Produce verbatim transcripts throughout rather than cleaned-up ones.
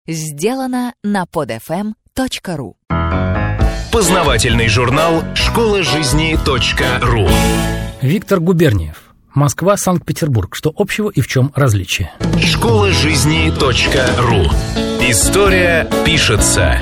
Сделано на под эф эм точка ру. Познавательный журнал школа жизни точка ру. Виктор Губерниев. Москва, Санкт-Петербург. Что общего и в чем различие? школа жизни точка ру. История пишется.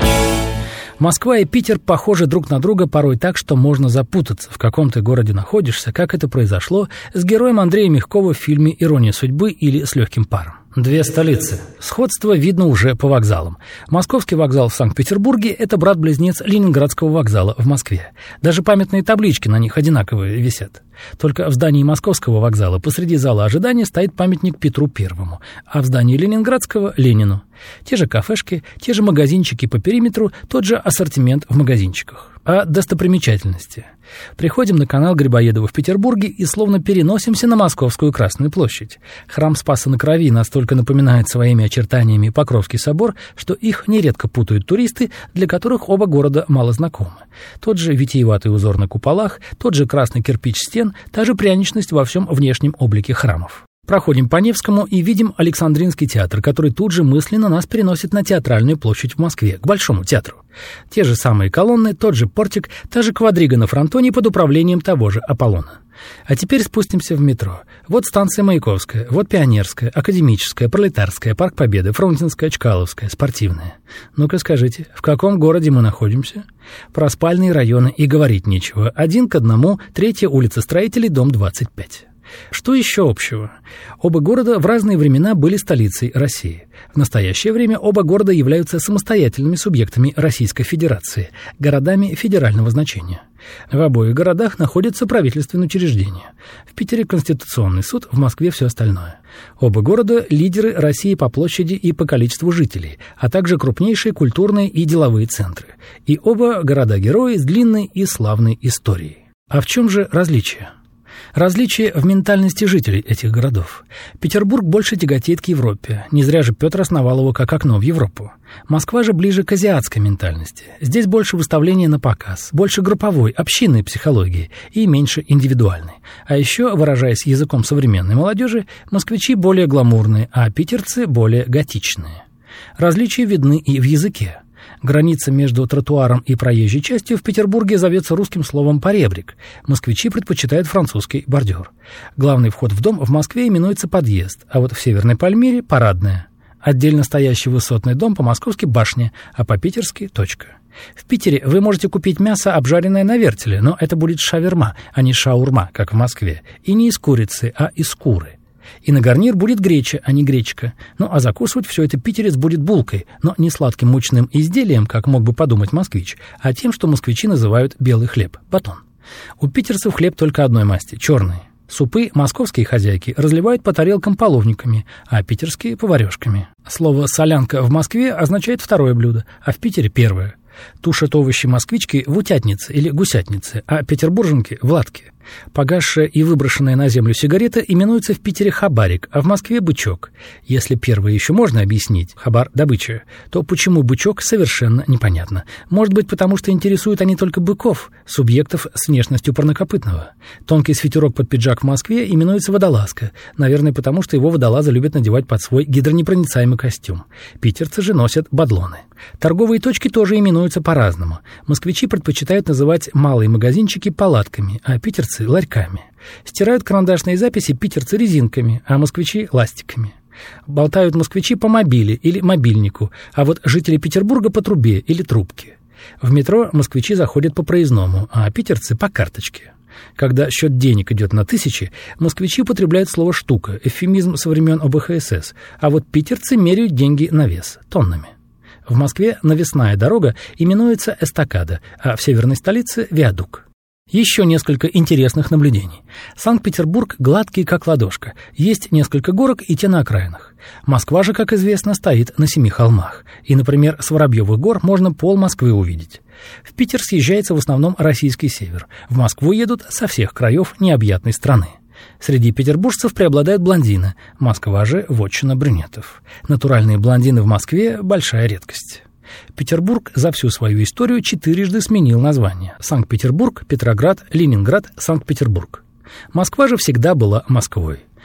Москва и Питер похожи друг на друга порой так, что можно запутаться, в каком ты городе находишься, как это произошло с героем Андрея Мягкова в фильме «Ирония судьбы» или «С легким паром». Две столицы. Сходство видно уже по вокзалам. Московский вокзал в Санкт-Петербурге – это брат-близнец Ленинградского вокзала в Москве. Даже памятные таблички на них одинаковые висят. Только в здании Московского вокзала посреди зала ожидания стоит памятник Петру Первому, а в здании Ленинградского – Ленину. Те же кафешки, те же магазинчики по периметру, тот же ассортимент в магазинчиках. А достопримечательности. Приходим на канал Грибоедова в Петербурге и словно переносимся на Московскую Красную площадь. Храм Спаса на Крови настолько напоминает своими очертаниями Покровский собор, что их нередко путают туристы, для которых оба города мало знакомы. Тот же витиеватый узор на куполах, тот же красный кирпич стен, та же пряничность во всем внешнем облике храмов. Проходим по Невскому и видим Александринский театр, который тут же мысленно нас переносит на Театральную площадь в Москве, к Большому театру. Те же самые колонны, тот же портик, та же квадрига на фронтоне под управлением того же Аполлона. А теперь спустимся в метро. Вот станция Маяковская, вот Пионерская, Академическая, Пролетарская, Парк Победы, Фрунзенская, Чкаловская, Спортивная. Ну-ка скажите, в каком городе мы находимся? Про спальные районы и говорить нечего. Один к одному, третья улица Строителей, дом двадцать пять. Что еще общего? Оба города в разные времена были столицей России. В настоящее время оба города являются самостоятельными субъектами Российской Федерации, городами федерального значения. В обоих городах находятся правительственные учреждения. В Питере Конституционный суд, в Москве все остальное. Оба города – лидеры России по площади и по количеству жителей, а также крупнейшие культурные и деловые центры. И оба города-герои с длинной и славной историей. А в чем же различие? Различие в ментальности жителей этих городов. Петербург больше тяготеет к Европе. Не зря же Петр основал его как окно в Европу. Москва же ближе к азиатской ментальности. Здесь больше выставления на показ, больше групповой, общинной психологии и меньше индивидуальной. А еще, выражаясь языком современной молодежи, москвичи более гламурные, а питерцы более готичные. Различия видны и в языке. Граница между тротуаром и проезжей частью в Петербурге зовется русским словом «поребрик». Москвичи предпочитают французский бордюр. Главный вход в дом в Москве именуется подъезд, а вот в Северной Пальмире – парадная. Отдельно стоящий высотный дом по-московски башня, а по-питерски – точка. В Питере вы можете купить мясо, обжаренное на вертеле, но это будет шаверма, а не шаурма, как в Москве. И не из курицы, а из куры. И на гарнир будет греча, а не гречка. Ну, а закусывать все это питерец будет булкой, но не сладким мучным изделием, как мог бы подумать москвич, а тем, что москвичи называют белый хлеб – батон. У питерцев хлеб только одной масти – черный. Супы московские хозяйки разливают по тарелкам половниками, а питерские – поварёшками. Слово «солянка» в Москве означает второе блюдо, а в Питере – первое. Тушат овощи москвички в утятнице или гусятнице, а петербурженки – в латке. Погасшая и выброшенная на землю сигарета именуется в Питере хабарик, а в Москве – бычок. Если первое еще можно объяснить, хабар – добыча, то почему бычок – совершенно непонятно. Может быть, потому что интересуют они только быков, субъектов с внешностью парнокопытного. Тонкий свитерок под пиджак в Москве именуется водолазка, наверное, потому что его водолазы любят надевать под свой гидронепроницаемый костюм. Питерцы же носят бадлоны. Торговые точки тоже именуются по-разному. Москвичи предпочитают называть малые магазинчики палатками, а питерцы – ларьками. Стирают карандашные записи питерцы резинками, а москвичи – ластиками. Болтают москвичи по мобиле или мобильнику, а вот жители Петербурга по трубе или трубке. В метро москвичи заходят по проездному, а питерцы – по карточке. Когда счет денег идет на тысячи, москвичи употребляют слово «штука», эвфемизм со времен о бэ ха эс эс, а вот питерцы меряют деньги на вес, тоннами. В Москве навесная дорога именуется эстакада, а в северной столице – виадук. Еще несколько интересных наблюдений. Санкт-Петербург гладкий, как ладошка. Есть несколько горок и те на окраинах. Москва же, как известно, стоит на семи холмах. И, например, с Воробьевых гор можно пол Москвы увидеть. В Питер съезжается в основном российский север. В Москву едут со всех краев необъятной страны. Среди петербуржцев преобладают блондины. Москва же – вотчина брюнетов. Натуральные блондины в Москве – большая редкость. Петербург за всю свою историю четырежды сменил название. Санкт-Петербург, Петроград, Ленинград, Санкт-Петербург. Москва же всегда была Москвой.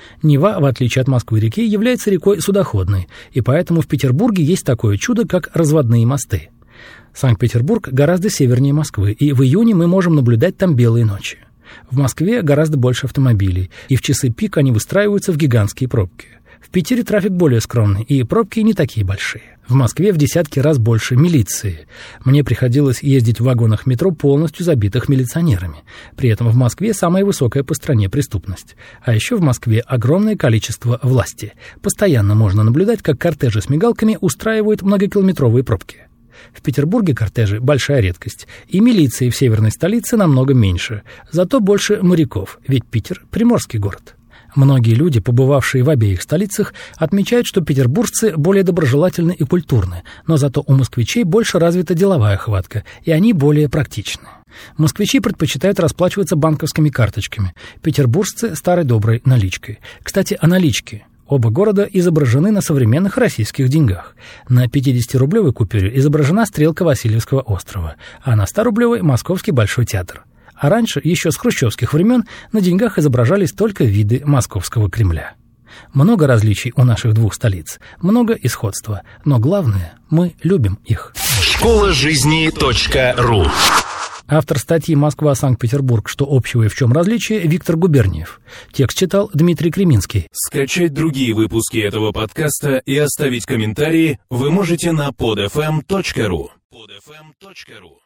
Нева, в отличие от Москвы-реки, является рекой судоходной, и поэтому в Петербурге есть такое чудо, как разводные мосты. Санкт-Петербург гораздо севернее Москвы, и в июне мы можем наблюдать там белые ночи. В Москве гораздо больше автомобилей, и в часы пик они выстраиваются в гигантские пробки. В Питере трафик более скромный, и пробки не такие большие. В Москве в десятки раз больше милиции. Мне приходилось ездить в вагонах метро, полностью забитых милиционерами. При этом в Москве самая высокая по стране преступность. А еще в Москве огромное количество власти. Постоянно можно наблюдать, как кортежи с мигалками устраивают многокилометровые пробки. В Петербурге кортежи – большая редкость, и милиции в северной столице намного меньше. Зато больше моряков, ведь Питер – приморский город. Многие люди, побывавшие в обеих столицах, отмечают, что петербуржцы более доброжелательны и культурны, но зато у москвичей больше развита деловая хватка, и они более практичны. Москвичи предпочитают расплачиваться банковскими карточками, петербуржцы – старой доброй наличкой. Кстати, о наличке. Оба города изображены на современных российских деньгах. На пятидесятирублевой купюре изображена стрелка Васильевского острова, а на сторублевой – Московский Большой театр. А раньше, еще с хрущевских времен, на деньгах изображались только виды Московского Кремля. Много различий у наших двух столиц, много и сходства, но главное – мы любим их. школа жизни точка ру. Автор статьи «Москва-Санкт-Петербург. Что общего и в чем различие» Виктор Губерниев. Текст читал Дмитрий Креминский. Скачать другие выпуски этого подкаста и оставить комментарии вы можете на под эф эм точка ру. под эф эм точка ру.